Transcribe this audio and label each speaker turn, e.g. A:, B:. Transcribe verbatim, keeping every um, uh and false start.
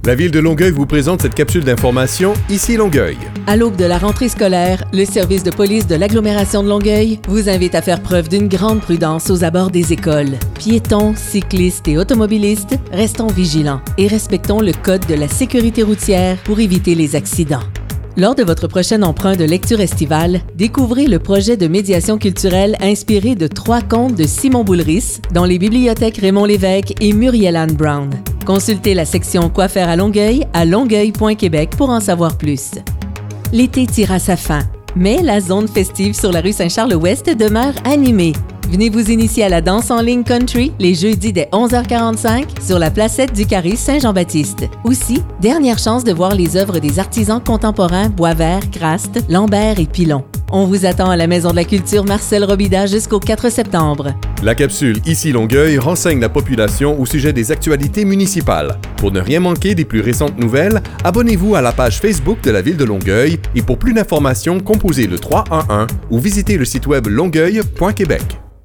A: La Ville de Longueuil vous présente cette capsule d'information Ici Longueuil.
B: À l'aube de la rentrée scolaire, le service de police de l'agglomération de Longueuil vous invite à faire preuve d'une grande prudence aux abords des écoles. Piétons, cyclistes et automobilistes, restons vigilants et respectons le code de la sécurité routière pour éviter les accidents. Lors de votre prochain emprunt de lecture estivale, découvrez le projet de médiation culturelle inspiré de trois contes de Simon Boulris dans les bibliothèques Raymond Lévesque et Muriel Ann Brown. Consultez la section Quoi faire à Longueuil à longueuil point québec pour en savoir plus. L'été tire à sa fin, mais la zone festive sur la rue Saint-Charles-Ouest demeure animée. Venez vous initier à la danse en ligne country les jeudis dès onze heures quarante-cinq sur la placette du Carré Saint-Jean-Baptiste. Aussi, dernière chance de voir les œuvres des artisans contemporains Boisvert, Craste, Lambert et Pilon. On vous attend à la Maison de la Culture Marcel Robida jusqu'au quatre septembre.
A: La capsule Ici Longueuil renseigne la population au sujet des actualités municipales. Pour ne rien manquer des plus récentes nouvelles, abonnez-vous à la page Facebook de la Ville de Longueuil et pour plus d'informations, composez le trois un un ou visitez le site web longueuil point québec.